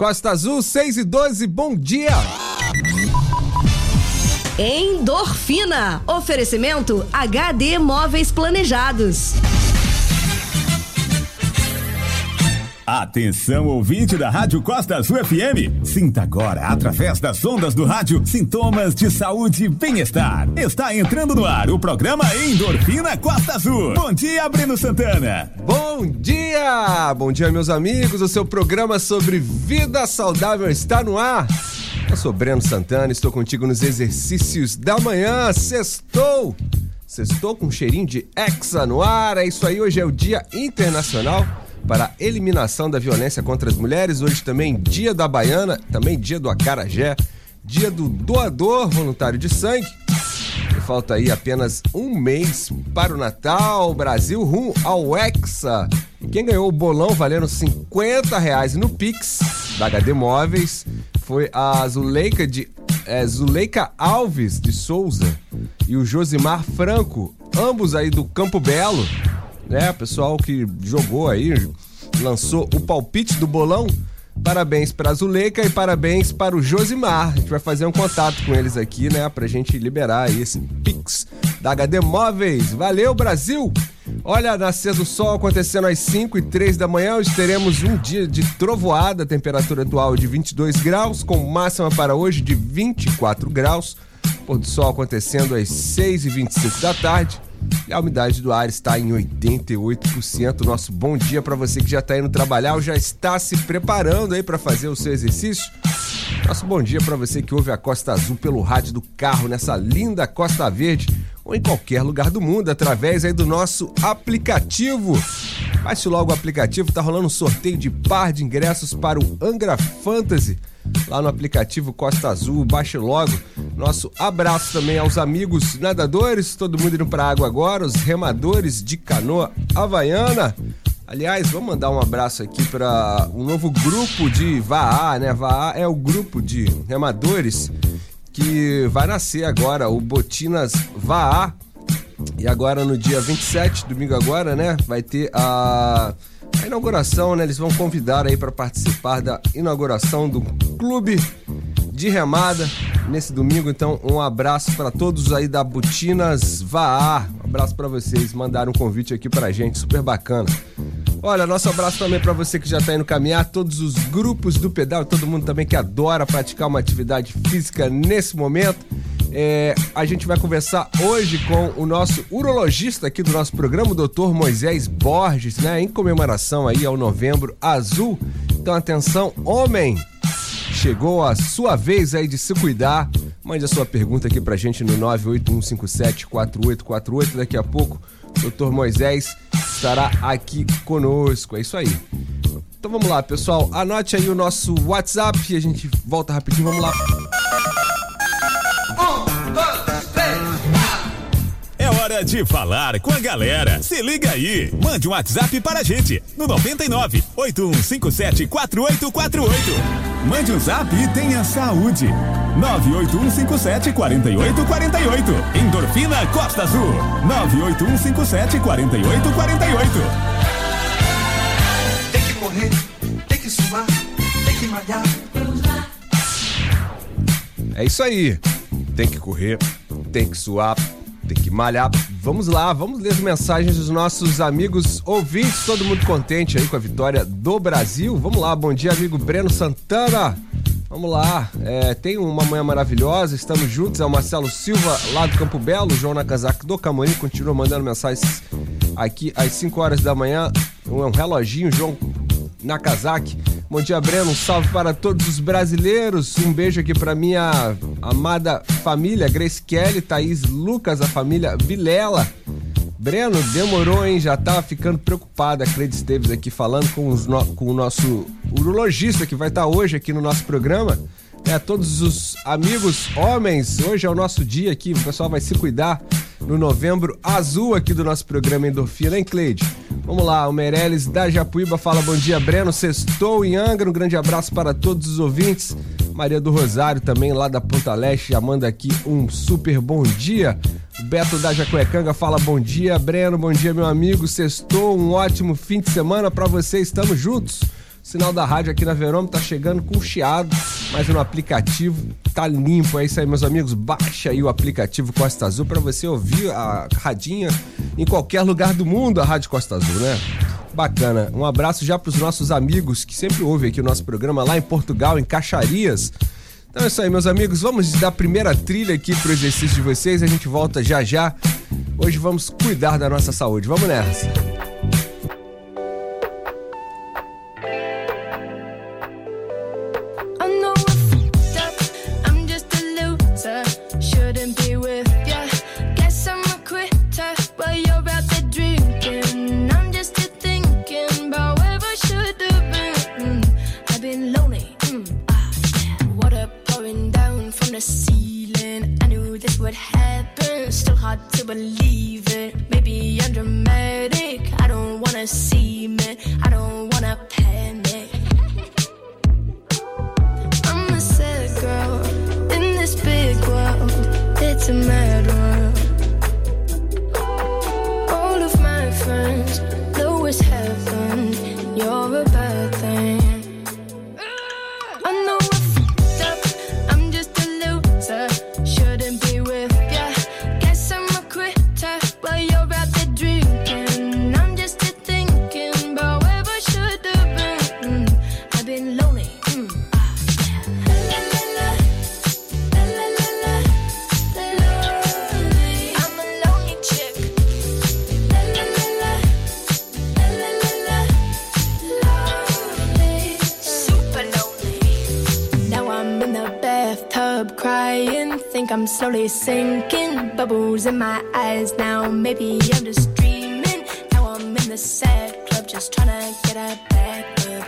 Costa Azul, 6h12, bom dia! Endorfina. Oferecimento HD Móveis Planejados. Atenção, ouvinte da Rádio Costa Azul FM. Sinta agora, através das ondas do rádio, sintomas de saúde e bem-estar. Está entrando no ar o programa Endorfina Costa Azul. Bom dia, Breno Santana. Bom dia! Bom dia, meus amigos. O seu programa sobre vida saudável está no ar. Eu sou Breno Santana, estou contigo nos exercícios da manhã. Sextou com um cheirinho de hexa no ar. É isso aí, hoje é o Dia Internacional para a Eliminação da Violência contra as Mulheres. Hoje também dia da Baiana, também dia do acarajé, dia do doador voluntário de sangue. E falta aí apenas um mês para o Natal. Brasil rumo ao Hexa. E quem ganhou o bolão valendo R$50 no Pix da HD Móveis foi a Zuleika Alves de Souza e o Josimar Franco, ambos aí do Campo Belo, né? Pessoal que jogou aí, lançou o palpite do bolão. Parabéns para a Zuleika e parabéns para o Josimar. A gente vai fazer um contato com eles aqui, né? Pra gente liberar aí esse Pix da HD Móveis. Valeu, Brasil! Olha, nascer do sol acontecendo às 5h03 da manhã. Hoje teremos um dia de trovoada, temperatura atual de 22 graus, com máxima para hoje de 24 graus. Pôr do sol acontecendo às 6h25 da tarde. E a umidade do ar está em 88%. Nosso bom dia para você que já está indo trabalhar ou já está se preparando aí para fazer o seu exercício. Nosso bom dia para você que ouve a Costa Azul pelo rádio do carro, nessa linda Costa Verde, ou em qualquer lugar do mundo, através aí do nosso aplicativo. Baixe logo o aplicativo, tá rolando um sorteio de par de ingressos para o Angra Fantasy, lá no aplicativo Costa Azul. Baixe logo. Nosso abraço também aos amigos nadadores, todo mundo indo pra água agora, os remadores de canoa havaiana. Aliás, vamos mandar um abraço aqui para um novo grupo de VAA, né? VAA é o grupo de remadores que vai nascer agora, o Botinas VAA. E agora no dia 27, domingo agora, né? Vai ter a inauguração, né? Eles vão convidar aí para participar da inauguração do clube de remada nesse domingo. Então, um abraço para todos aí da Botinas VAA. Um abraço para vocês, mandaram um convite aqui pra gente, super bacana. Olha, nosso abraço também para você que já tá indo caminhar, todos os grupos do pedal, todo mundo também que adora praticar uma atividade física nesse momento. A gente vai conversar hoje com o nosso urologista aqui do nosso programa, o Dr. Moisés Borges, né? Em comemoração aí ao Novembro Azul. Então, atenção, homem! Chegou a sua vez aí de se cuidar. Mande a sua pergunta aqui pra gente no 981574848. Daqui a pouco o Dr. Moisés estará aqui conosco. É isso aí. Então vamos lá, pessoal. Anote aí o nosso WhatsApp e a gente volta rapidinho. Vamos lá. É hora de falar com a galera. Se liga aí. Mande um WhatsApp para a gente no 99-8157-4848. Mande um zap e tenha saúde. 98157-4848. Endorfina Costa Azul. 98157-4848. Tem que correr, tem que suar, tem que malhar. É isso aí. Tem que correr, tem que suar, tem que malhar. Vamos lá, vamos ler as mensagens dos nossos amigos ouvintes, todo mundo contente aí com a vitória do Brasil. Vamos lá, bom dia, amigo Breno Santana. Vamos lá, tem uma manhã maravilhosa, estamos juntos, é o Marcelo Silva lá do Campo Belo, o João Nakazaki do Camorim, continua mandando mensagens aqui às 5 horas da manhã, um reloginho, João Nakazaki. Bom dia, Breno, um salve para todos os brasileiros, um beijo aqui para minha amada família, Grace Kelly, Thaís Lucas, a família Vilela. Breno, demorou, hein? Já tava ficando preocupado. A Cleide Esteves aqui falando com o nosso urologista que vai estar hoje aqui no nosso programa. Todos os amigos homens, hoje é o nosso dia aqui, o pessoal vai se cuidar no Novembro Azul aqui do nosso programa Endorfina, hein, Cleide? Vamos lá, o Meirelles da Japuíba fala bom dia, Breno, sextou em Angra, um grande abraço para todos os ouvintes. Maria do Rosário também lá da Ponta Leste já manda aqui um super bom dia. Beto da Jacuecanga fala bom dia, Breno, bom dia, meu amigo, sextou, um ótimo fim de semana para você, estamos juntos. O sinal da rádio aqui na Verômetro tá chegando com chiado, mas no aplicativo tá limpo. É isso aí, meus amigos. Baixa aí o aplicativo Costa Azul para você ouvir a radinha em qualquer lugar do mundo, a Rádio Costa Azul, né? Bacana. Um abraço já pros nossos amigos que sempre ouvem aqui o nosso programa lá em Portugal, em Caxarias. Então é isso aí, meus amigos. Vamos dar a primeira trilha aqui pro exercício de vocês. A gente volta já já. Hoje vamos cuidar da nossa saúde. Vamos nessa. I'm slowly sinking, bubbles in my eyes now. Maybe I'm just dreaming. Now I'm in the sad club, just trying to get a back up.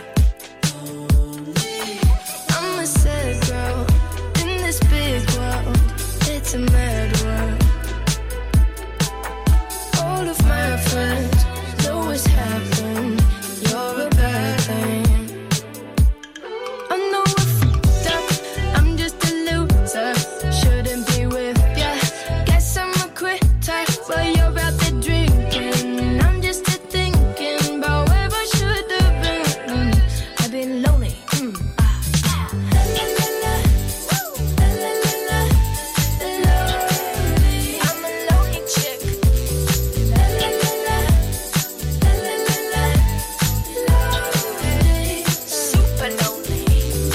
I'm a sad girl in this big world. It's a mad world. All of my friends know what's happened. You're a bad thing. I know I fucked up. I'm just a loser. Shouldn't be with ya. Guess I'm a quitter. While you're out there drinking, I'm just thinking about where I should have been. I've been lonely. La la la la, la la la la, lonely. I'm a lonely chick. La la la la, la la la la, lonely. Super lonely.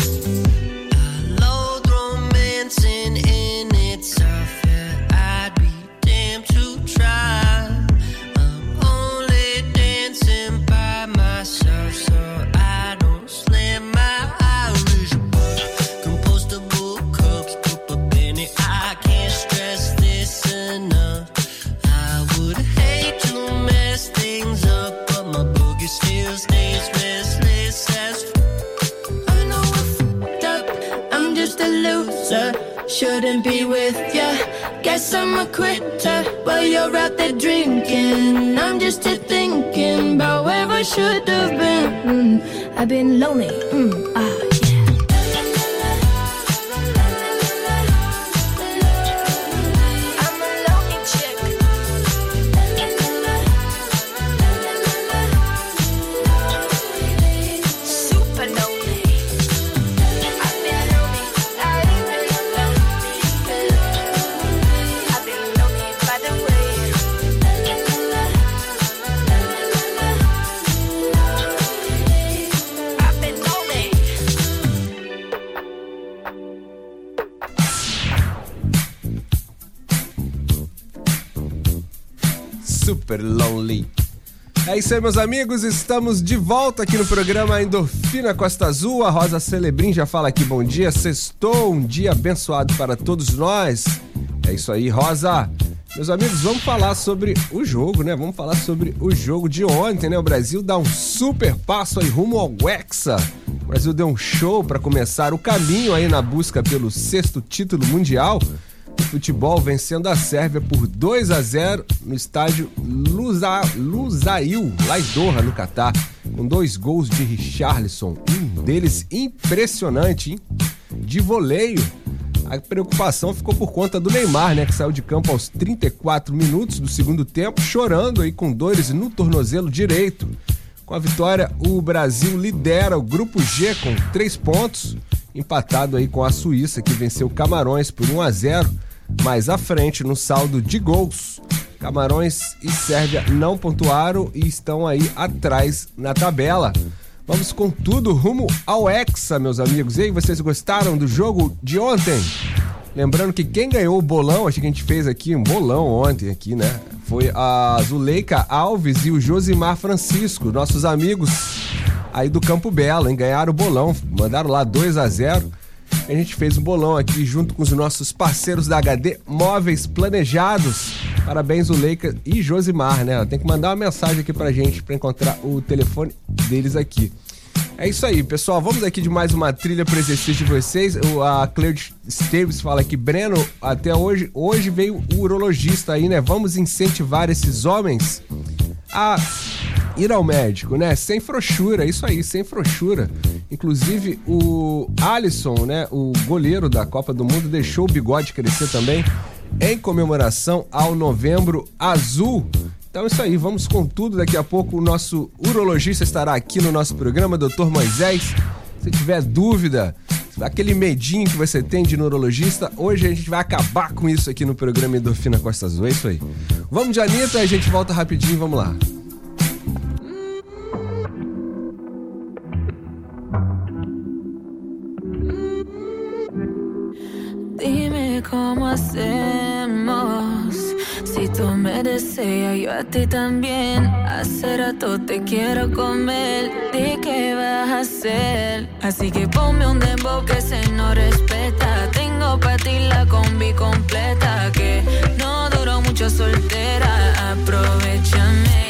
Loathe romancing in itself, yeah, I'd be damned to try. I'm only dancing by myself, so I don't slam my Irish bar. Compostable cups, put a penny, I can't stress this enough. I would hate to mess things up, but my boogie still stays restless as I know I fucked up. I'm just a loser. Shouldn't be with ya. Guess I'm a quitter. While you're out there drinking, I'm just thinking about where I should have been. I've been lonely. Yeah. I'm a lonely chick. Super lonely. I've been lonely. I've been lonely by the way. I've been lonely. Super Lonely. É isso aí, meus amigos, estamos de volta aqui no programa Endorfina Costa Azul. A Rosa Celebrim já fala aqui, bom dia, sextou, um dia abençoado para todos nós. É isso aí, Rosa. Meus amigos, vamos falar sobre o jogo, né? Vamos falar sobre o jogo de ontem, né? O Brasil dá um super passo aí rumo ao Hexa. O Brasil deu um show para começar o caminho aí na busca pelo 6º título mundial. O futebol vencendo a Sérvia por 2-0 no estádio Lusail, lá em Doha, no Catar, com 2 gols de Richarlison, um deles impressionante, hein? De voleio. A preocupação ficou por conta do Neymar, né, que saiu de campo aos 34 minutos do segundo tempo, chorando aí com dores no tornozelo direito. Com a vitória, o Brasil lidera o Grupo G com 3 pontos, empatado aí com a Suíça, que venceu Camarões por 1-0, mais à frente no saldo de gols. Camarões e Sérvia não pontuaram e estão aí atrás na tabela. Vamos com tudo rumo ao Hexa, meus amigos. E aí, vocês gostaram do jogo de ontem? Lembrando que quem ganhou o bolão, acho que a gente fez aqui um bolão ontem aqui, né? Foi a Zuleika Alves e o Josimar Francisco, nossos amigos aí do Campo Belo, hein? Ganharam o bolão, mandaram lá 2-0. A gente fez um bolão aqui junto com os nossos parceiros da HD Móveis Planejados. Parabéns, Zuleika e Josimar, né? Tem que mandar uma mensagem aqui pra gente pra encontrar o telefone deles aqui. É isso aí, pessoal. Vamos aqui de mais uma trilha para exercício de vocês. A Cleide Esteves fala que Breno, até hoje veio o urologista aí, né? Vamos incentivar esses homens a ir ao médico, né? Sem frouxura, isso aí, sem frouxura. Inclusive o Alisson, né? O goleiro da Copa do Mundo deixou o bigode crescer também em comemoração ao Novembro Azul. Então é isso aí, vamos com tudo. Daqui a pouco o nosso urologista estará aqui no nosso programa, Dr. Moisés. Se tiver dúvida, aquele medinho que você tem de neurologista, hoje a gente vai acabar com isso aqui no programa Endorfina Costa Azul. É isso aí. Vamos de Anitta, a gente volta rapidinho, vamos lá. Dime cómo hacemos. Si tú me deseas, yo a ti también. Hace rato te quiero comer. ¿De qué vas a hacer? Así que ponme un dembow que se no respeta. Tengo pa' ti la combi completa. Que no duró mucho soltera. Aprovechame.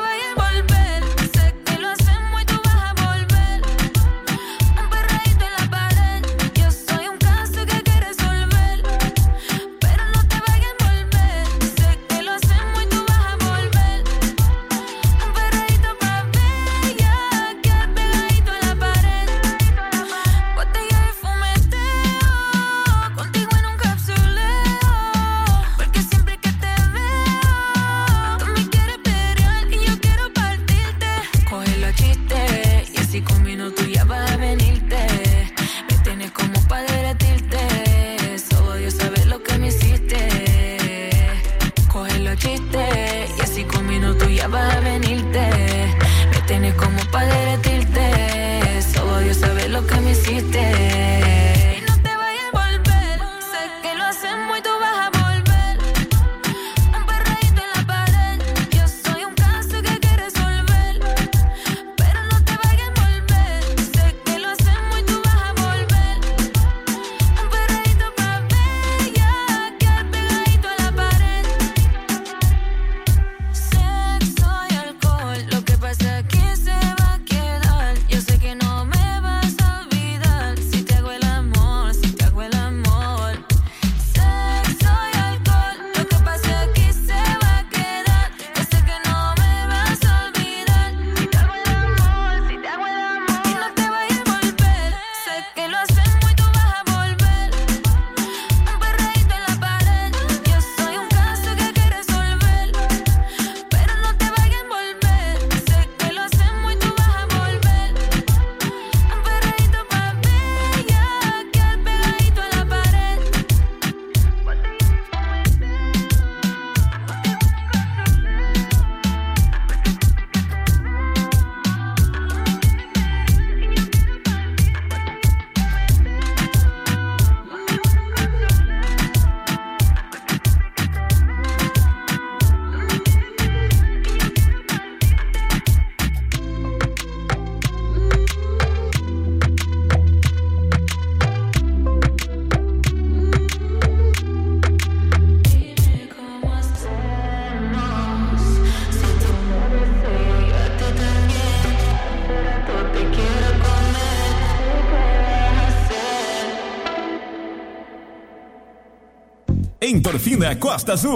Endorfina Costa Azul.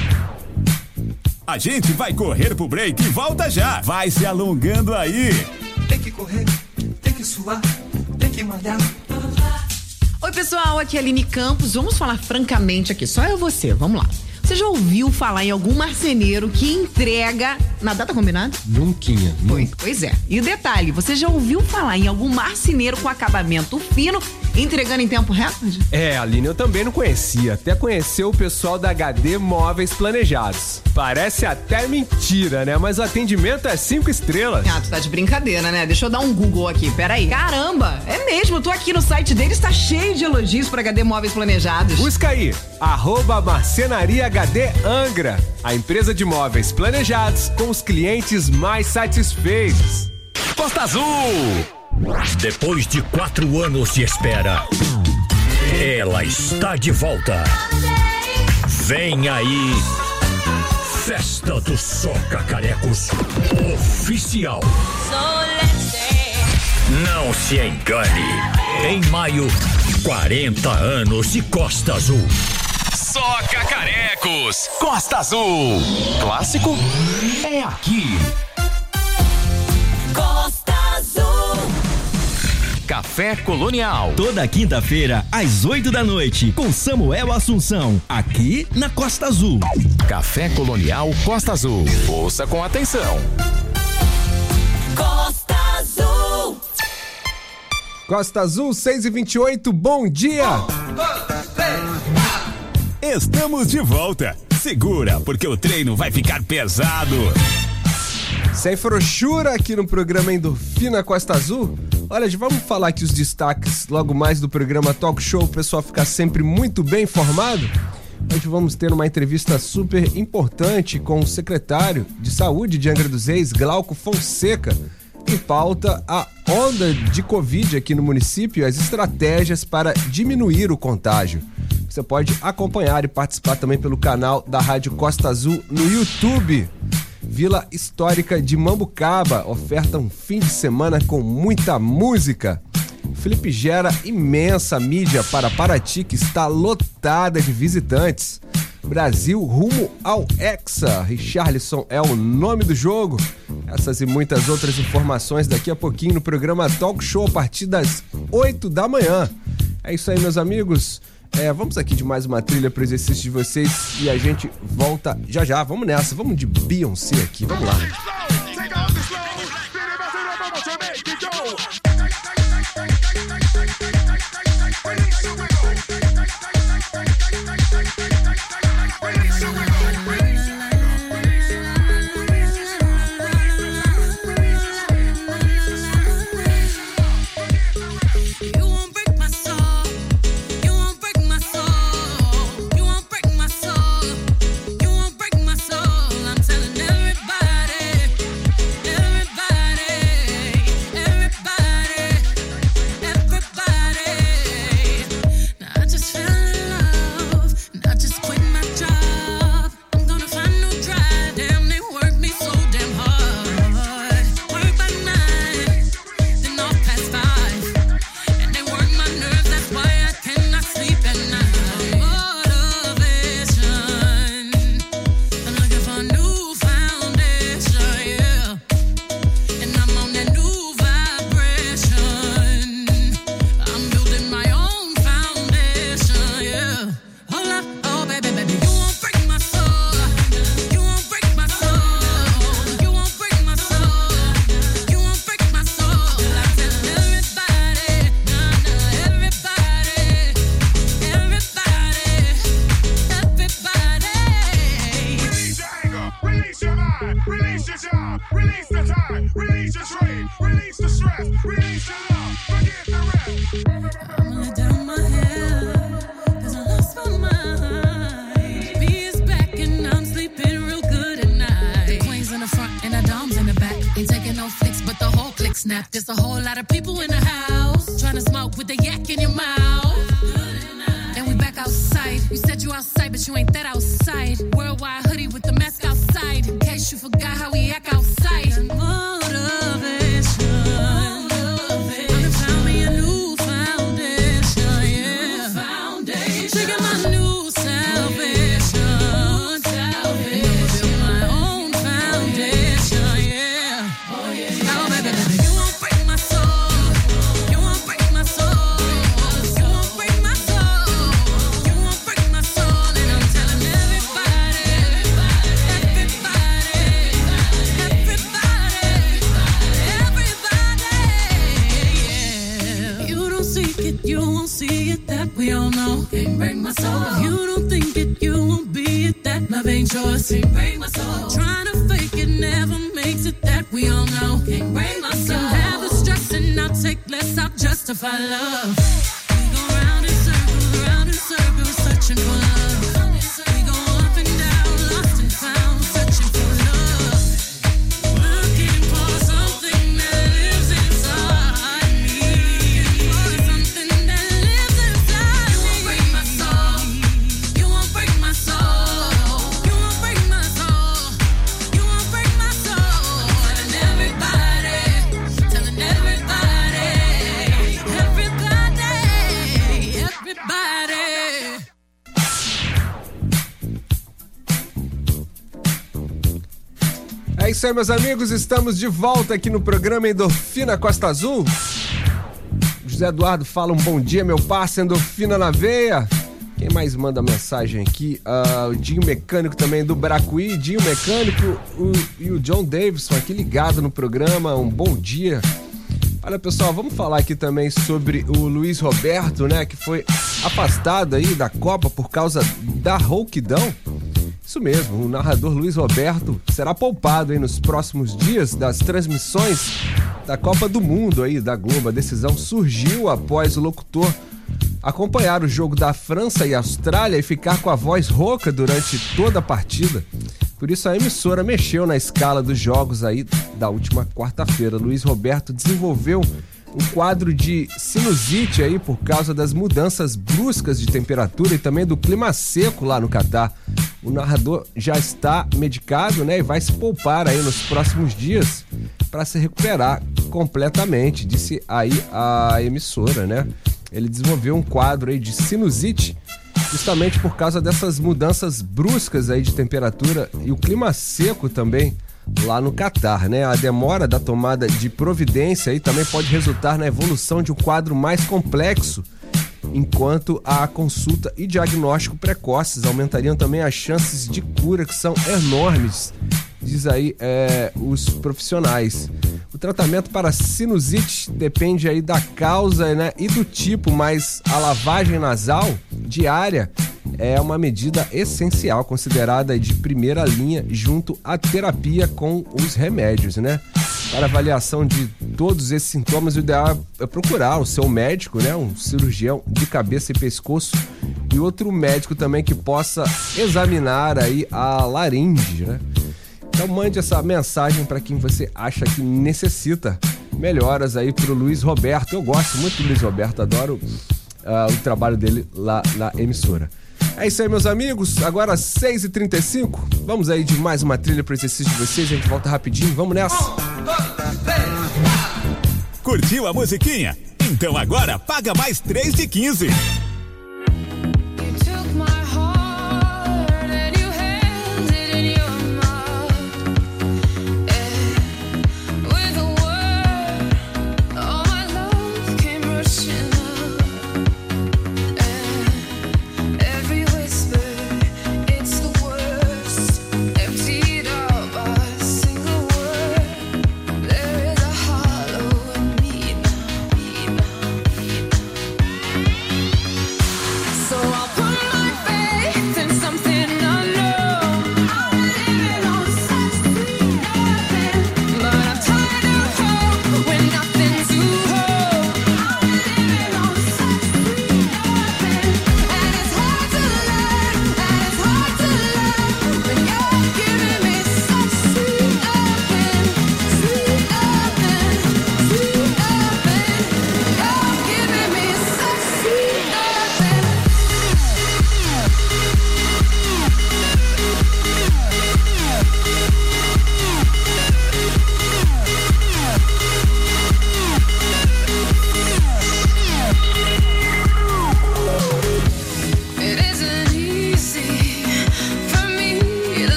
A gente vai correr pro break e volta já. Vai se alongando aí. Tem que correr, tem que suar, tem que malhar. Oi, pessoal, aqui é a Aline Campos. Vamos falar francamente aqui, só eu e você, vamos lá. Você já ouviu falar em algum marceneiro que entrega Na data combinada? Nunquinha. Pois é. E o detalhe, você já ouviu falar em algum marceneiro com acabamento fino entregando em tempo recorde? Aline, eu também não conhecia. Até conhecer o pessoal da HD Móveis Planejados. Parece até mentira, né? Mas o atendimento é 5 estrelas. Ah, tu tá de brincadeira, né? Deixa eu dar um Google aqui, peraí. Caramba, é mesmo, tô aqui no site deles, tá cheio de elogios pra HD Móveis Planejados. Busca aí, @Marcenaria HD Angra, a empresa de móveis planejados com os clientes mais satisfeitos. Costa Azul! Depois de 4 anos de espera, ela está de volta. Vem aí, Festa do Só Cacarecos Oficial. Não se engane, em maio, 40 anos de Costa Azul. Só Cacarecos, Costa Azul. Clássico é aqui. Costa Azul. Café Colonial. Toda quinta-feira, às 8 da noite, com Samuel Assunção, aqui na Costa Azul. Café Colonial Costa Azul. Ouça com atenção. Costa Azul. Costa Azul 6h28, bom dia! Estamos de volta. Segura, porque o treino vai ficar pesado. Sem frouxura aqui no programa Endorfina Costa Azul. Olha, já vamos falar aqui os destaques logo mais do programa Talk Show, o pessoal ficar sempre muito bem informado. Hoje vamos ter uma entrevista super importante com o secretário de Saúde de Angra dos Reis, Glauco Fonseca. Em pauta, a onda de Covid aqui no município e as estratégias para diminuir o contágio. Você pode acompanhar e participar também pelo canal da Rádio Costa Azul no YouTube. Vila Histórica de Mambucaba oferta um fim de semana com muita música. Felipe gera imensa mídia para Paraty, que está lotada de visitantes. Brasil rumo ao Hexa. Richarlison é o nome do jogo. Essas e muitas outras informações daqui a pouquinho no programa Talk Show a partir das 8 da manhã. É isso aí, meus amigos. Vamos aqui de mais uma trilha para o exercício de vocês e a gente volta já já. Vamos nessa, vamos de Beyoncé aqui, vamos lá. There's a whole lot of people in the house trying to smoke with the yak in your mouth. And we back outside. You said you outside, but you ain't that outside. Worldwide hoodie with the mask outside. In case you forgot how we act outside. Motivation. I found me a new foundation, yeah. Taking my new salvation. And I'ma build my own foundation, yeah. Oh yeah. Now, baby, you won't break my soul. You won't break my soul. You won't break my soul. You won't break my soul. And I'm telling everybody, everybody, everybody, won't see it, that we all know. Can't break my soul. If you don't think it, you won't be it, that love ain't yours. Can't break my soul. Trying to fake it never makes it, that we all know. Can't break my soul. Can have the stress and I'll take less, I'll justify love. We go round in circles, searching for love. We go up and down, lost and found, searching for love. Looking for something that lives inside me. For something that lives inside me. You won't break my soul. You won't break my soul. You won't break my soul. You won't break my soul. Telling everybody, telling everybody, everybody, everybody. É isso aí, meus amigos, estamos de volta aqui no programa Endorfina Costa Azul. José Eduardo fala um bom dia, meu parceiro, endorfina na veia. Quem mais manda mensagem aqui? O Dinho Mecânico também do Bracuí, Dinho Mecânico e o John Davidson aqui ligado no programa, um bom dia. Olha, pessoal, vamos falar aqui também sobre o Luiz Roberto, né, que foi afastado aí da Copa por causa da rouquidão. Isso mesmo, o narrador Luiz Roberto será poupado aí nos próximos dias das transmissões da Copa do Mundo aí da Globo. A decisão surgiu após o locutor acompanhar o jogo da França e Austrália e ficar com a voz rouca durante toda a partida. Por isso a emissora mexeu na escala dos jogos aí da última quarta-feira. Luiz Roberto desenvolveu um quadro de sinusite aí por causa das mudanças bruscas de temperatura e também do clima seco lá no Catar. O narrador já está medicado, né, e vai se poupar aí nos próximos dias para se recuperar completamente, disse aí a emissora, né? Ele desenvolveu um quadro aí de sinusite justamente por causa dessas mudanças bruscas aí de temperatura e o clima seco também lá no Catar, né? A demora da tomada de providência aí também pode resultar na evolução de um quadro mais complexo, enquanto a consulta e diagnóstico precoces aumentariam também as chances de cura, que são enormes, diz aí os profissionais. O tratamento para sinusite depende aí da causa, né, e do tipo, mas a lavagem nasal diária é uma medida essencial, considerada de primeira linha junto à terapia com os remédios, né? Para avaliação de todos esses sintomas, o ideal é procurar o seu médico, né? Um cirurgião de cabeça e pescoço e outro médico também que possa examinar aí a laringe, né? Então mande essa mensagem para quem você acha que necessita melhoras aí pro Luiz Roberto. Eu gosto muito do Luiz Roberto, adoro o trabalho dele lá na emissora. É isso aí, meus amigos, agora 6h35, vamos aí de mais uma trilha pro exercício de vocês, a gente volta rapidinho, vamos nessa. Curtiu a musiquinha? Então agora paga mais 3 de 15.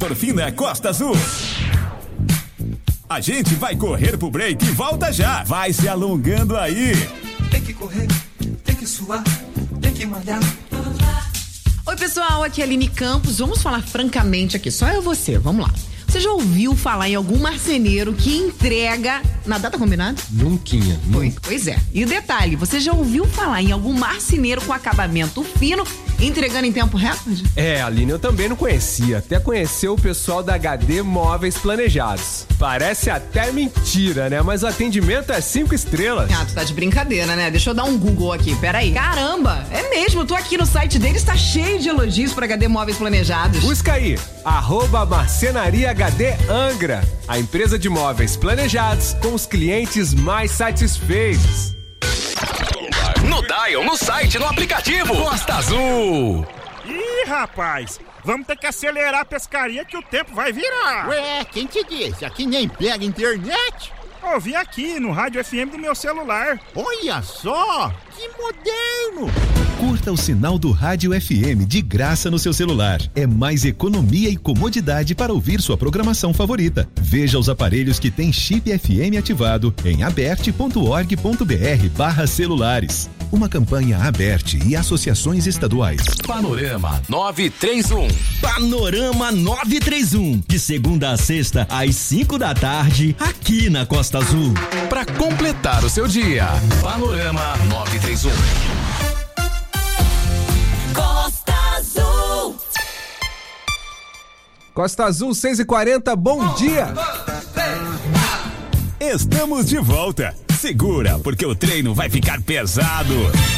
Endorfina Costa Azul. A gente vai correr pro break e volta já. Vai se alongando aí. Tem que correr, tem que suar, tem que malhar. Oi, pessoal, aqui é a Aline Campos. Vamos falar francamente aqui, só eu e você, vamos lá. Você já ouviu falar em algum marceneiro que entrega na data combinada? Nunquinha. Pois é. E o detalhe, você já ouviu falar em algum marceneiro com acabamento fino entregando em tempo recorde? Aline, eu também não conhecia. Até conheceu o pessoal da HD Móveis Planejados. Parece até mentira, né? Mas o atendimento é 5 estrelas. Ah, tu tá de brincadeira, né? Deixa eu dar um Google aqui, peraí. Caramba, é mesmo, eu tô aqui no site deles, tá cheio de elogios pra HD Móveis Planejados. Busca aí, @Marcenaria HD Angra, a empresa de móveis planejados com os clientes mais satisfeitos. No dial, no site, no aplicativo. Costa Azul. Ih, rapaz, vamos ter que acelerar a pescaria que o tempo vai virar. Ué, quem te disse? Aqui nem pega internet. Ouvi aqui no rádio FM do meu celular. Olha só, que moderno. Curta o sinal do Rádio FM de graça no seu celular. É mais economia e comodidade para ouvir sua programação favorita. Veja os aparelhos que têm chip FM ativado em aberte.org.br/celulares. Uma campanha Aberte e associações estaduais. Panorama 931. Panorama 931. De segunda a sexta, às 5 da tarde, aqui na Costa Azul. Para completar o seu dia. Panorama 931. Costa Azul. Costa Azul 6h40, bom dia! Estamos de volta. Segura, porque o treino vai ficar pesado.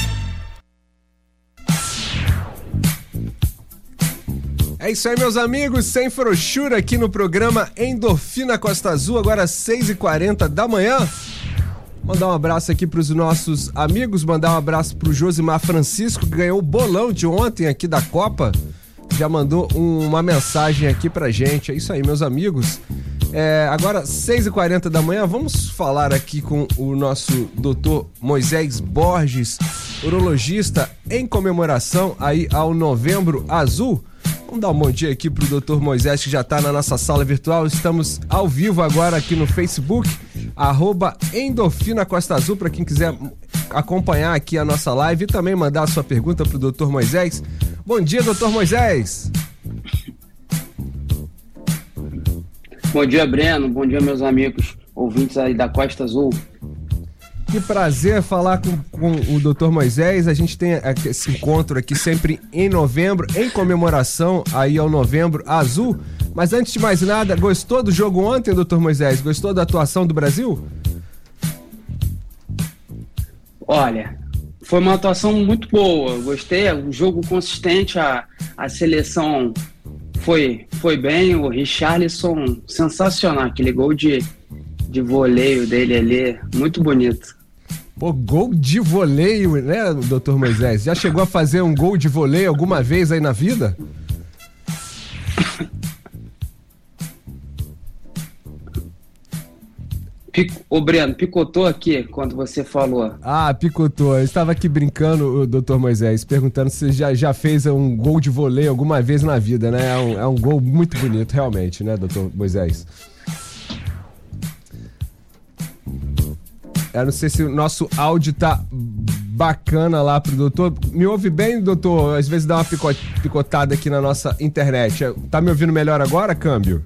É isso aí, meus amigos, sem frouxura aqui no programa Endorfina Costa Azul, agora 6h40 da manhã. Mandar um abraço aqui pros nossos amigos, mandar um abraço pro Josimar Francisco, que ganhou o bolão de ontem aqui da Copa. Já mandou uma mensagem aqui pra gente. É isso aí, meus amigos. Agora, 6h40 da manhã, vamos falar aqui com o nosso doutor Moisés Borges, urologista, em comemoração aí ao Novembro Azul. Vamos dar um bom dia aqui pro doutor Moisés, que já tá na nossa sala virtual. Estamos ao vivo agora aqui no Facebook, @Endorfina Costa Azul, para quem quiser acompanhar aqui a nossa live e também mandar a sua pergunta pro doutor Moisés. Bom dia, doutor Moisés. Bom dia, Breno. Bom dia, meus amigos ouvintes aí da Costa Azul. Que prazer falar com o Dr. Moisés. A gente tem esse encontro aqui sempre em novembro, em comemoração aí ao Novembro Azul. Mas antes de mais nada, gostou do jogo ontem, Dr. Moisés? Gostou da atuação do Brasil? Olha, foi uma atuação muito boa. Gostei, um jogo consistente, a seleção foi bem. O Richarlison, sensacional, aquele gol de voleio dele ali, muito bonito. Pô, gol de voleio, né, doutor Moisés? Já chegou a fazer um gol de voleio alguma vez aí na vida? Ô, Breno, picotou aqui quando você falou. Ah, picotou. Eu estava aqui brincando, o doutor Moisés, perguntando se já fez um gol de voleio alguma vez na vida, né? É um gol muito bonito, realmente, né, doutor Moisés? Eu não sei se o nosso áudio tá bacana lá pro doutor. Me ouve bem, doutor? Às vezes dá uma picotada aqui na nossa internet. Tá me ouvindo melhor agora, câmbio?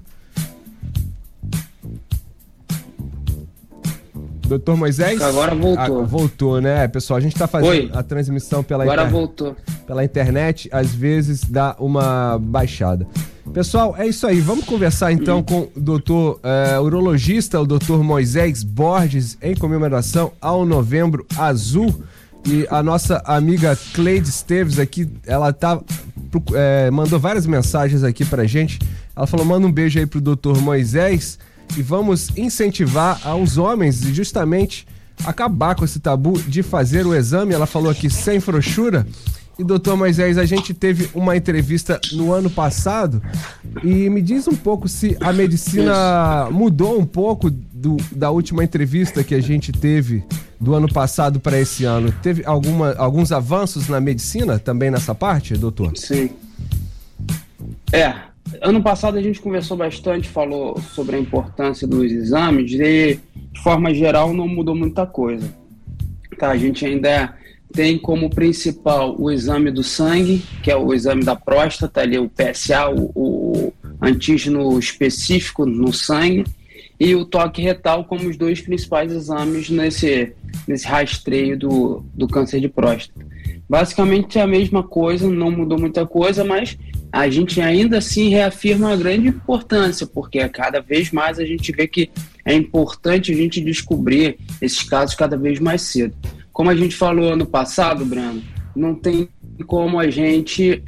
Doutor Moisés? Agora voltou. Voltou, né? Pessoal, a gente tá fazendo a transmissão pela voltou. Pela internet, às vezes dá uma baixada. Pessoal, é isso aí. Vamos conversar então com o doutor urologista, o doutor Moisés Borges, em comemoração ao Novembro Azul. E a nossa amiga Cleide Esteves aqui, ela mandou várias mensagens aqui pra gente. Ela falou, manda um beijo aí pro doutor Moisés e vamos incentivar aos homens e justamente acabar com esse tabu de fazer o exame. Ela falou aqui sem frouxura. E doutor Moisés, a gente teve uma entrevista no ano passado e me diz um pouco se a medicina mudou um pouco da última entrevista que a gente teve do ano passado para esse ano. Teve alguns avanços na medicina também nessa parte, doutor? Sim. ano passado a gente conversou bastante, falou sobre a importância dos exames e, de forma geral, não mudou muita coisa. Tá, a gente ainda tem como principal o exame do sangue, que é o exame da próstata, ali o PSA, o antígeno específico no sangue, e o toque retal como os dois principais exames nesse rastreio do câncer de próstata. Basicamente é a mesma coisa, não mudou muita coisa, mas a gente ainda assim reafirma a grande importância, porque cada vez mais a gente vê que é importante a gente descobrir esses casos cada vez mais cedo. Como a gente falou ano passado, Breno, não tem como a gente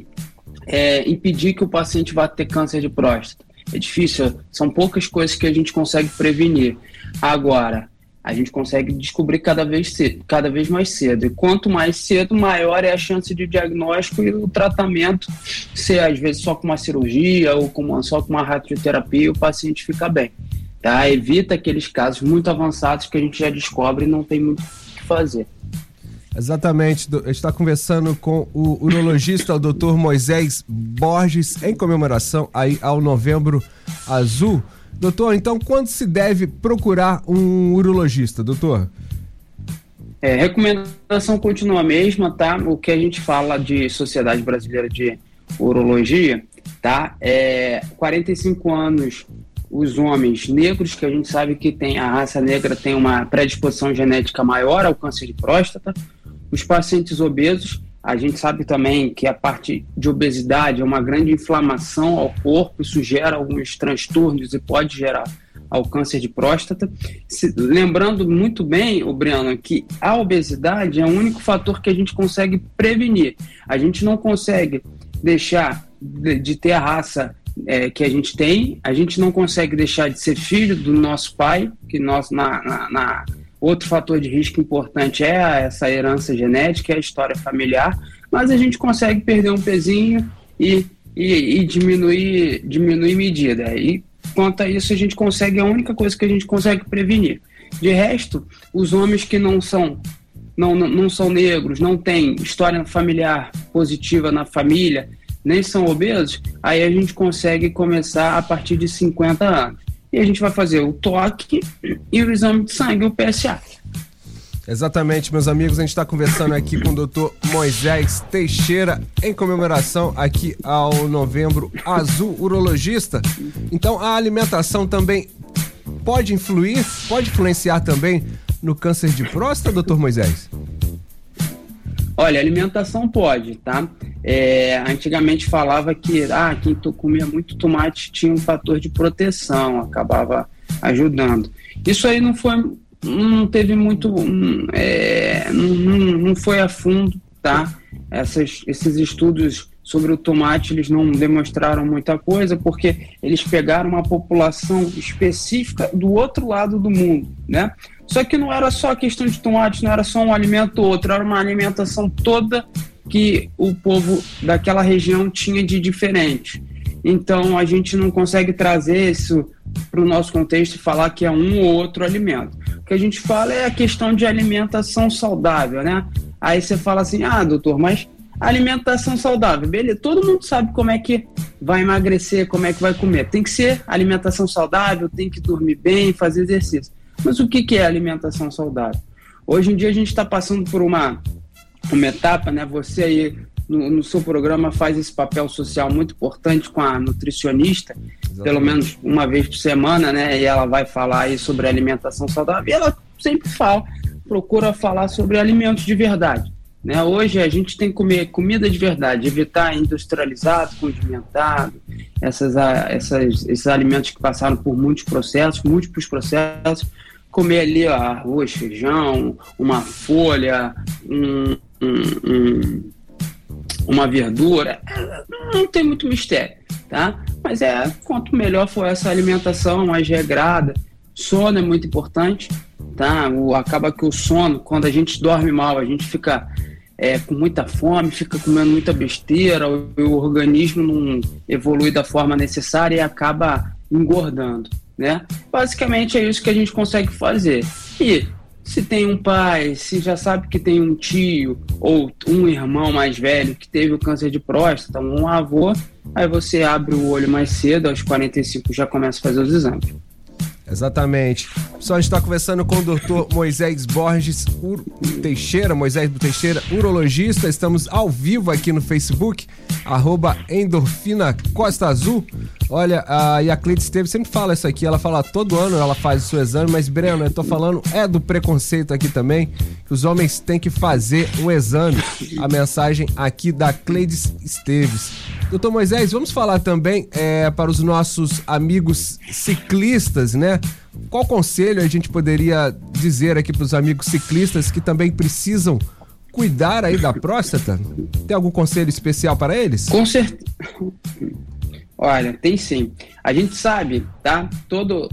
impedir que o paciente vá ter câncer de próstata. É difícil, são poucas coisas que a gente consegue prevenir. Agora, a gente consegue descobrir cada vez mais cedo. E quanto mais cedo, maior é a chance de diagnóstico e o tratamento ser, às vezes, só com uma cirurgia ou só com uma radioterapia, o paciente fica bem. Tá? Evita aqueles casos muito avançados que a gente já descobre e não tem muito o que fazer. Exatamente, a gente está conversando com o urologista, o Dr. Moisés Borges, em comemoração aí ao Novembro Azul. Doutor, então quando se deve procurar um urologista, doutor? Recomendação continua a mesma, tá? O que a gente fala de Sociedade Brasileira de Urologia, tá? 45 anos, os homens negros, que a gente sabe que a raça negra tem uma predisposição genética maior ao câncer de próstata. Os pacientes obesos, a gente sabe também que a parte de obesidade é uma grande inflamação ao corpo, isso gera alguns transtornos e pode gerar ao câncer de próstata. Lembrando muito bem, Breno, que a obesidade é o único fator que a gente consegue prevenir. A gente não consegue deixar de ter a raça que a gente tem, a gente não consegue deixar de ser filho do nosso pai, que outro fator de risco importante é essa herança genética, é a história familiar, mas a gente consegue perder um pezinho e diminuir medida. E quanto a isso, é a única coisa que a gente consegue prevenir. De resto, os homens que não são negros, não têm história familiar positiva na família, nem são obesos, aí a gente consegue começar a partir de 50 anos. E a gente vai fazer o toque e o exame de sangue, o PSA. Exatamente, meus amigos, a gente está conversando aqui com o Dr. Moisés Teixeira em comemoração aqui ao Novembro Azul, urologista. Então a alimentação também pode influenciar também no câncer de próstata, Dr. Moisés? Olha, alimentação pode, tá? Antigamente falava que quem comia muito tomate tinha um fator de proteção, acabava ajudando. Isso aí não teve muito, não foi a fundo, tá? Esses estudos sobre o tomate, eles não demonstraram muita coisa, porque eles pegaram uma população específica do outro lado do mundo, né? Só que não era só a questão de tomate, não era só um alimento ou outro, era uma alimentação toda que o povo daquela região tinha de diferente. Então a gente não consegue trazer isso para o nosso contexto e falar que é um ou outro alimento. O que a gente fala é a questão de alimentação saudável, né? Aí você fala assim, doutor, mas alimentação saudável, beleza, todo mundo sabe como é que vai emagrecer, como é que vai comer. Tem que ser alimentação saudável, tem que dormir bem, fazer exercício. Mas o que é alimentação saudável? Hoje em dia a gente está passando por uma etapa, né? Você aí no seu programa faz esse papel social muito importante com a nutricionista, exatamente, pelo menos uma vez por semana, né? E ela vai falar aí sobre alimentação saudável. E ela sempre procura falar sobre alimentos de verdade, né? Hoje a gente tem que comer comida de verdade, evitar industrializado, condimentado, esses alimentos que passaram por múltiplos processos, comer ali arroz, feijão, uma folha, uma verdura, não tem muito mistério, tá? Mas quanto melhor for essa alimentação, mais regrada, sono é muito importante, tá? Acaba que o sono, quando a gente dorme mal, a gente fica com muita fome, fica comendo muita besteira, o organismo não evolui da forma necessária e acaba engordando, né? Basicamente é isso que a gente consegue fazer. E se tem um pai, se já sabe que tem um tio ou um irmão mais velho que teve o câncer de próstata, um avô, aí você abre o olho mais cedo, aos 45 já começa a fazer os exames. Exatamente. Pessoal, a gente está conversando com o Dr. Moisés Borges Teixeira, urologista. Estamos ao vivo aqui no Facebook, @Endorfina Costa Azul. Olha, e a Cleide Esteves sempre fala isso aqui, ela fala todo ano ela faz o seu exame, mas Breno, eu tô falando do preconceito aqui também, que os homens têm que fazer o exame. A mensagem aqui da Cleide Esteves. Doutor Moisés, vamos falar também para os nossos amigos ciclistas, né? Qual conselho a gente poderia dizer aqui para os amigos ciclistas que também precisam cuidar aí da próstata? Tem algum conselho especial para eles? Com certeza. Olha, tem sim. A gente sabe, tá? Todo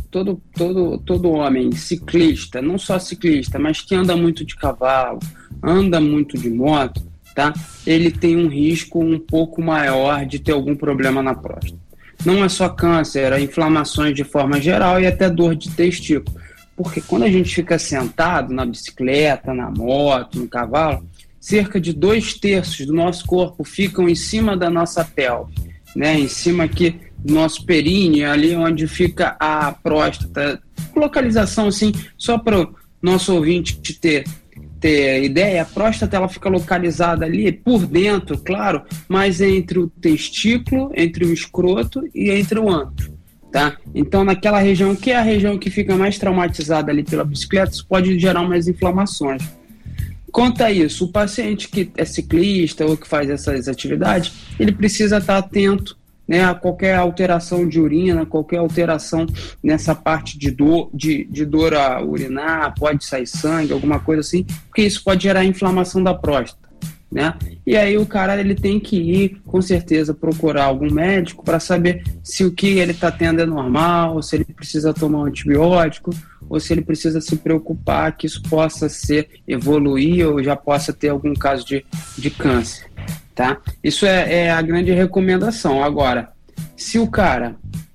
homem ciclista, não só ciclista, mas que anda muito de cavalo, anda muito de moto, tá? Ele tem um risco um pouco maior de ter algum problema na próstata. Não é só câncer, é inflamações de forma geral e até dor de testículo. Porque quando a gente fica sentado na bicicleta, na moto, no cavalo, cerca de 2/3 do nosso corpo ficam em cima da nossa pelve, né? Em cima aqui do nosso períneo, ali onde fica a próstata. Localização assim, só para o nosso ouvinte ter ideia, a próstata ela fica localizada ali por dentro, claro, mas entre o testículo, entre o escroto e entre o ânus, tá? Então naquela região, que é a região que fica mais traumatizada ali pela bicicleta, isso pode gerar umas inflamações. Quanto a isso, o paciente que é ciclista ou que faz essas atividades, ele precisa estar atento, né, a qualquer alteração de urina, qualquer alteração nessa parte de dor a urinar, pode sair sangue, alguma coisa assim, porque isso pode gerar inflamação da próstata, né? E aí o cara ele tem que ir, com certeza, procurar algum médico para saber se o que ele está tendo é normal, se ele precisa tomar um antibiótico, ou se ele precisa se preocupar que isso possa evoluir ou já possa ter algum caso de câncer. Tá? Isso é a grande recomendação. Agora, se o cara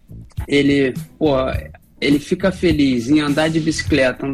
ele fica feliz em andar de bicicleta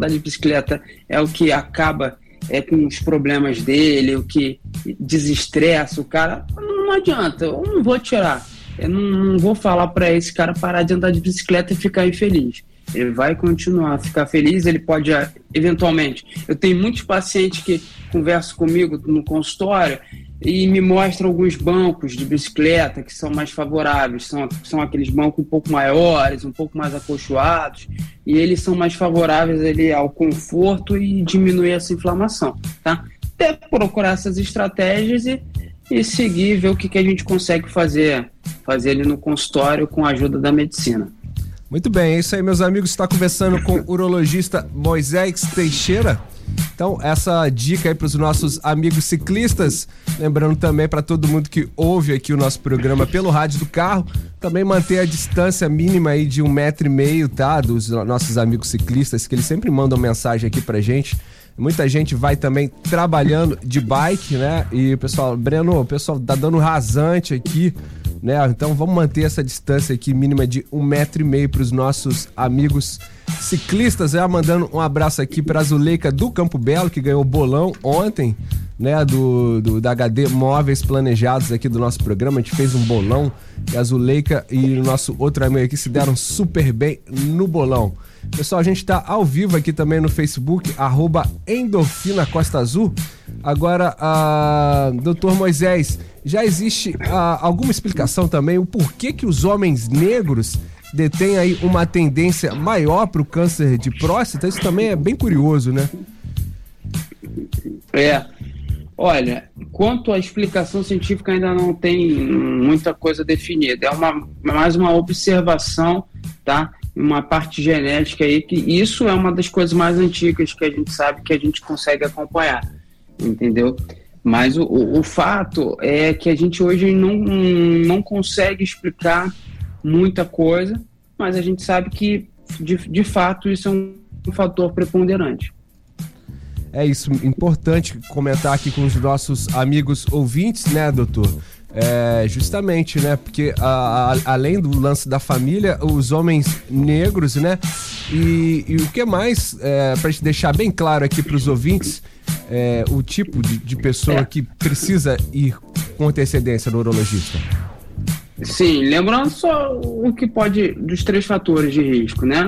é o que acaba com os problemas dele, o que desestressa o cara, não adianta, eu não vou tirar, eu não vou falar para esse cara parar de andar de bicicleta e ficar infeliz. Ele vai continuar a ficar feliz, ele pode eventualmente. Eu tenho muitos pacientes que conversam comigo no consultório e me mostram alguns bancos de bicicleta que são mais favoráveis, são aqueles bancos um pouco maiores, um pouco mais acolchoados, e eles são mais favoráveis ali ao conforto e diminuir essa inflamação, tá? Até procurar essas estratégias e seguir, ver o que a gente consegue fazer ali no consultório com a ajuda da medicina. Muito bem, é isso aí, meus amigos. Está conversando com o urologista Moisés Teixeira. Então, essa dica aí para os nossos amigos ciclistas. Lembrando também para todo mundo que ouve aqui o nosso programa pelo rádio do carro, também manter a distância mínima aí de 1,5 m, tá? Dos nossos amigos ciclistas, que eles sempre mandam mensagem aqui pra gente. Muita gente vai também trabalhando de bike, né? E o pessoal, Breno, o pessoal tá dando rasante aqui, né? Então vamos manter essa distância aqui mínima de 1,5 m para os nossos amigos ciclistas, né? Mandando um abraço aqui para a Zuleika do Campo Belo, que ganhou o bolão ontem, né? Da HD Móveis Planejados aqui do nosso programa. A gente fez um bolão e a Zuleika e o nosso outro amigo aqui se deram super bem no bolão. Pessoal, a gente tá ao vivo aqui também no Facebook, @Endorfina Costa Azul. Agora, doutor Moisés, já existe alguma explicação também o porquê que os homens negros detêm aí uma tendência maior para o câncer de próstata? Isso também é bem curioso, né? Olha, quanto à explicação científica ainda não tem muita coisa definida. É mais uma observação, tá? Uma parte genética aí, que isso é uma das coisas mais antigas que a gente sabe que a gente consegue acompanhar, entendeu? Mas o fato é que a gente hoje não consegue explicar muita coisa, mas a gente sabe que de fato isso é um fator preponderante. É isso, importante comentar aqui com os nossos amigos ouvintes, né, doutor? Justamente, né? Porque além do lance da família, os homens negros, né? E o que mais, pra gente deixar bem claro aqui pros ouvintes, o tipo de pessoa que precisa ir com antecedência no urologista. Sim, lembrando só o que pode, dos 3 fatores de risco, né?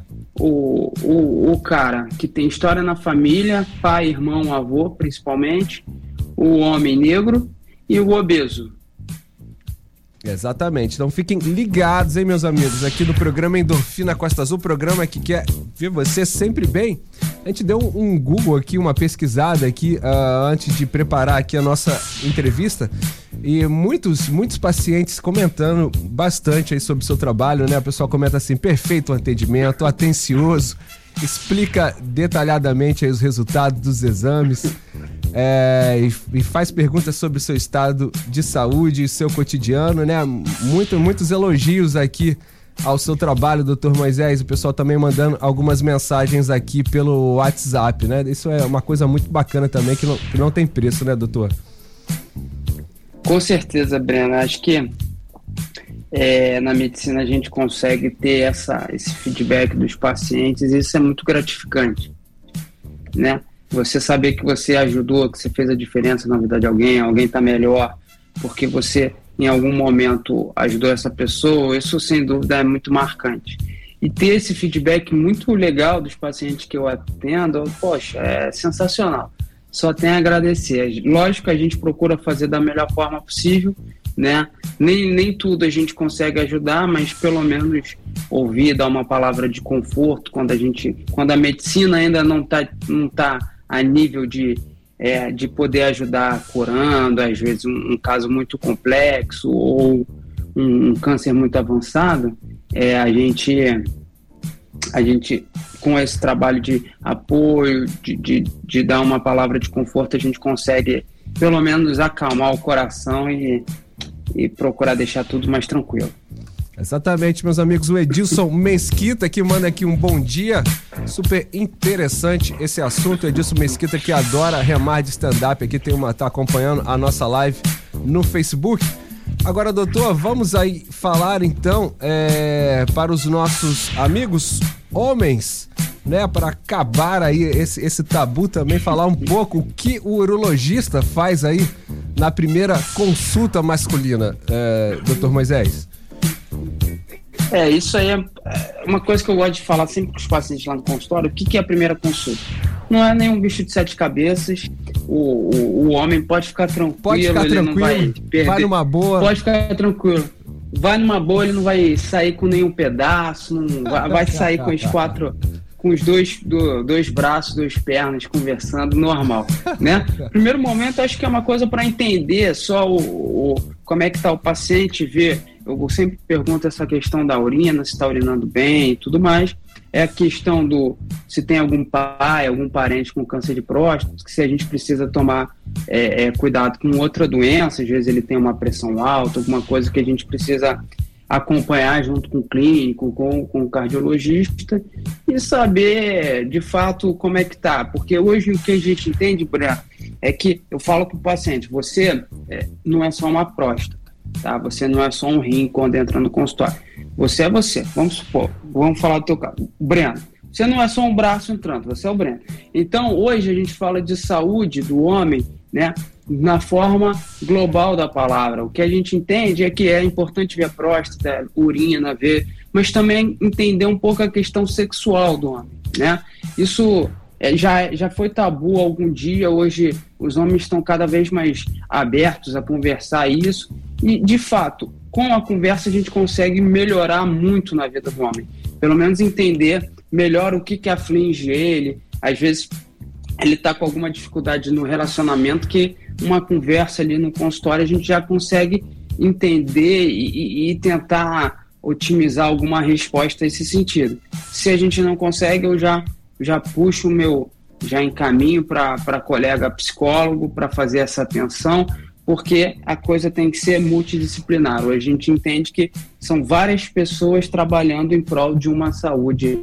O cara que tem história na família, pai, irmão, avô, principalmente, o homem negro e o obeso. Exatamente, então fiquem ligados, hein, meus amigos, aqui no programa Endorfina Costa Azul, programa que quer ver você sempre bem. A gente deu um Google aqui, uma pesquisada aqui, antes de preparar aqui a nossa entrevista, e muitos pacientes comentando bastante aí sobre o seu trabalho, né? O pessoal comenta assim: perfeito atendimento, atencioso, explica detalhadamente aí os resultados dos exames, e faz perguntas sobre o seu estado de saúde e seu cotidiano, né? Muitos elogios aqui ao seu trabalho, Dr. Moisés. O pessoal também mandando algumas mensagens aqui pelo WhatsApp, né? Isso é uma coisa muito bacana também, que não tem preço, né, doutor? Com certeza, Breno. Acho que na medicina a gente consegue ter esse feedback dos pacientes, e isso é muito gratificante, né? Você saber que você ajudou, que você fez a diferença na vida de alguém está melhor porque você em algum momento ajudou essa pessoa, isso sem dúvida é muito marcante. E ter esse feedback muito legal dos pacientes que eu atendo, poxa, é sensacional. Só tenho a agradecer. Lógico que a gente procura fazer da melhor forma possível, né? Nem tudo a gente consegue ajudar, mas pelo menos ouvir, dar uma palavra de conforto quando a medicina ainda não tá a nível de poder ajudar curando, às vezes um caso muito complexo ou um câncer muito avançado, a gente com esse trabalho de apoio, de dar uma palavra de conforto, a gente consegue pelo menos acalmar o coração e procurar deixar tudo mais tranquilo. Exatamente, meus amigos. O Edilson Mesquita que manda aqui um bom dia. Super interessante esse assunto. O Edilson Mesquita, que adora remar de stand-up aqui, tá acompanhando a nossa live no Facebook. Agora, doutor, vamos aí falar então para os nossos amigos homens, né, para acabar aí esse tabu também, falar um pouco o que o urologista faz aí na primeira consulta masculina, doutor Moisés. Isso aí é uma coisa que eu gosto de falar sempre com os pacientes lá no consultório. O que é a primeira consulta? Não é nenhum bicho de 7 cabeças. O homem pode ficar tranquilo, não vai perder. Vai numa boa. Pode ficar tranquilo. Vai numa boa, ele não vai sair com nenhum pedaço, vai sair com os dois braços, 2 pernas, conversando, normal, né? Primeiro momento, acho que é uma coisa para entender só como é que está o paciente, ver. Eu sempre pergunto essa questão da urina, se está urinando bem e tudo mais. É a questão se tem algum pai, algum parente com câncer de próstata, se a gente precisa tomar cuidado com outra doença, às vezes ele tem uma pressão alta, alguma coisa que a gente precisa acompanhar junto com o clínico, com o cardiologista, e saber de fato como é que tá. Porque hoje o que a gente entende, Breno, é que eu falo para o paciente: você não é só uma próstata, tá? Você não é só um rim quando entra no consultório. Você é você. Vamos supor, vamos falar do teu caso. Breno, você não é só um braço entrando, você é o Breno. Então, hoje a gente fala de saúde do homem, né, na forma global da palavra. O que a gente entende é que é importante ver a próstata, urina, mas também entender um pouco a questão sexual do homem, né? Isso já foi tabu algum dia. Hoje os homens estão cada vez mais abertos a conversar isso, e de fato, com a conversa a gente consegue melhorar muito na vida do homem, pelo menos entender melhor o que aflige ele. Às vezes ele está com alguma dificuldade no relacionamento, que uma conversa ali no consultório a gente já consegue entender e tentar otimizar alguma resposta nesse sentido. Se a gente não consegue, eu já puxo já encaminho para colega psicólogo para fazer essa atenção, porque a coisa tem que ser multidisciplinar. Hoje a gente entende que são várias pessoas trabalhando em prol de uma saúde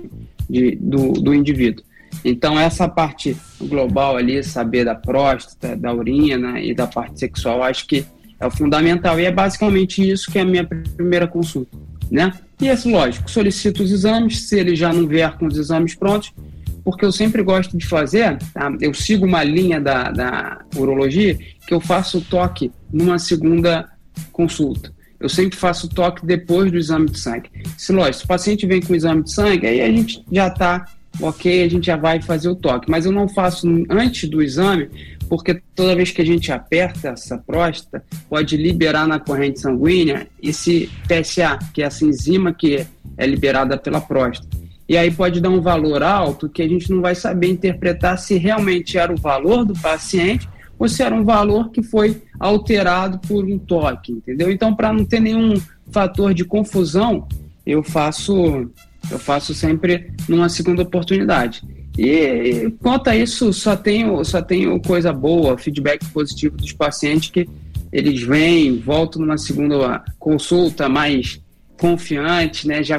do indivíduo. Então essa parte global ali, saber da próstata, da urina e da parte sexual, acho que É o fundamental. E é basicamente isso que é a minha primeira consulta, né? E é lógico, solicito os exames, se ele já não vier com os exames prontos, porque eu sempre gosto de fazer, tá? Eu sigo uma linha da urologia que eu faço o toque numa segunda consulta. Eu sempre faço o toque depois do exame de sangue. Se o paciente vem com o exame de sangue, aí a gente já está ok, a gente já vai fazer o toque. Mas eu não faço antes do exame, porque toda vez que a gente aperta essa próstata, pode liberar na corrente sanguínea esse PSA, que é essa enzima que é liberada pela próstata. E aí pode dar um valor alto que a gente não vai saber interpretar se realmente era o valor do paciente ou se era um valor que foi alterado por um toque, entendeu? Então, para não ter nenhum fator de confusão, eu faço sempre numa segunda oportunidade. E quanto a isso, só tenho coisa boa, feedback positivo dos pacientes, que eles vêm, voltam numa segunda consulta mais confiantes, né? Já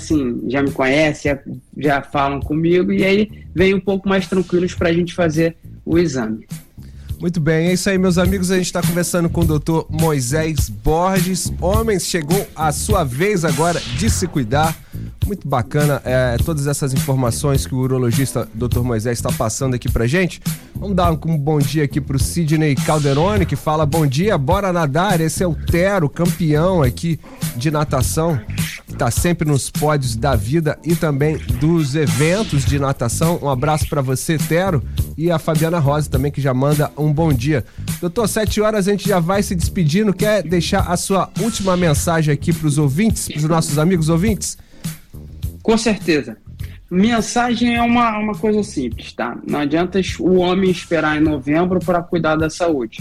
me conhecem, já falam comigo, e aí vem um pouco mais tranquilos para a gente fazer o exame. Muito bem, é isso aí, meus amigos. A gente está conversando com o Dr. Moisés Borges. Homens, chegou a sua vez agora de se cuidar. Muito bacana todas essas informações que o urologista Dr. Moisés está passando aqui pra gente. Vamos dar um bom dia aqui pro Sidney Calderoni, que fala: bom dia, bora nadar. Esse é o Tero, campeão aqui de natação, que tá sempre nos pódios da vida e também dos eventos de natação. Um abraço para você, Tero, e a Fabiana Rosa também, que já manda um bom dia. Doutor, 7 horas a gente já vai se despedindo. Quer deixar a sua última mensagem aqui pros ouvintes, pros nossos amigos ouvintes? Com certeza. Mensagem é uma coisa simples, tá? Não adianta o homem esperar em novembro para cuidar da saúde.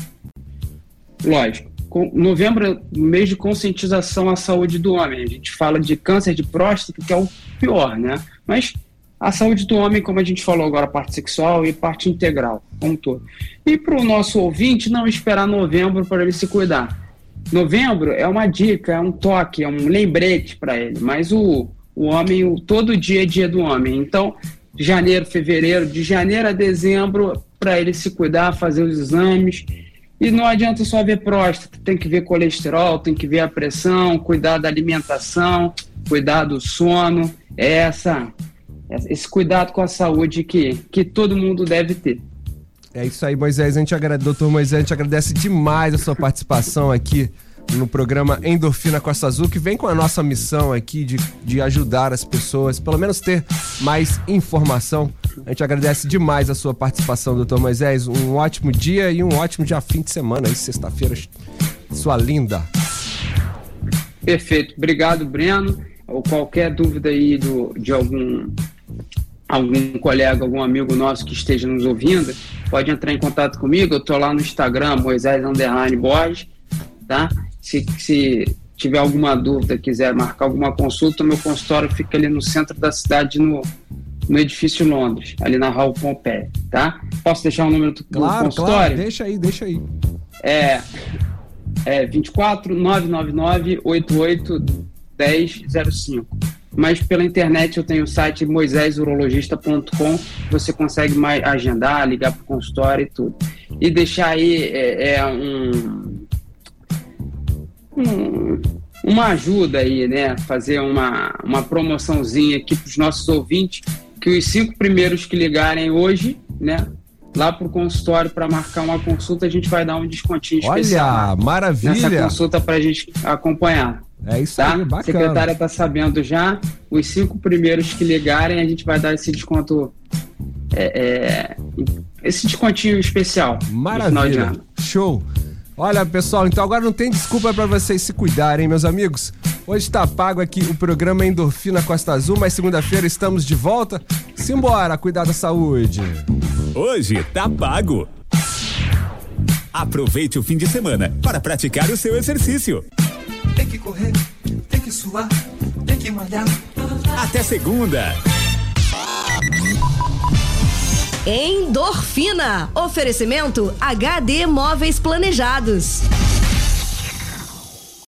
Lógico, novembro é o mês de conscientização à saúde do homem. A gente fala de câncer de próstata, que é o pior, né? Mas a saúde do homem, como a gente falou agora, parte sexual e parte integral, como todo. E para o nosso ouvinte, não esperar novembro para ele se cuidar. Novembro é uma dica, é um toque, é um lembrete para ele, mas o homem, todo dia é dia do homem. Então, janeiro, fevereiro, de janeiro a dezembro, para ele se cuidar, fazer os exames. E não adianta só ver próstata, tem que ver colesterol, tem que ver a pressão, cuidar da alimentação, cuidar do sono. Esse cuidado com a saúde que todo mundo deve ter. É isso aí, Moisés. Doutor Moisés, a gente agradece demais a sua participação aqui no programa Endorfina Costa Azul, que vem com a nossa missão aqui de ajudar as pessoas, pelo menos ter mais informação. A gente agradece demais a sua participação, doutor Moisés. Um ótimo dia e um ótimo fim de semana aí, sexta-feira, sua linda. Perfeito. Obrigado, Breno. Ou qualquer dúvida aí de algum colega, algum amigo nosso que esteja nos ouvindo, pode entrar em contato comigo. Eu tô lá no Instagram, Moisés_Borges, tá? Se tiver alguma dúvida, quiser marcar alguma consulta, meu consultório fica ali no centro da cidade, no edifício Londres, ali na Raul Pompeia, tá? Posso deixar o número do consultório? Claro, deixa aí. É 24 999 88 1005. Mas pela internet eu tenho o site moisesurologista.com, você consegue mais agendar, ligar pro consultório e tudo. E deixar aí uma ajuda aí, né? Fazer uma promoçãozinha aqui para os nossos ouvintes, que os 5 primeiros que ligarem hoje, né? Lá pro consultório para marcar uma consulta, a gente vai dar um descontinho especial. Olha, maravilha! Nessa consulta pra gente acompanhar. É isso tá? aí, bacana. A secretária tá sabendo já, os 5 primeiros que ligarem, a gente vai dar esse desconto, esse descontinho especial. Maravilha, show! Olha, pessoal, então agora não tem desculpa para vocês se cuidarem, meus amigos. Hoje tá pago aqui o programa Endorfina Costa Azul, mas segunda-feira estamos de volta. Simbora, cuidar da saúde. Hoje tá pago. Aproveite o fim de semana para praticar o seu exercício. Tem que correr, tem que suar, tem que malhar. Até segunda. Endorfina. Oferecimento HD Móveis Planejados.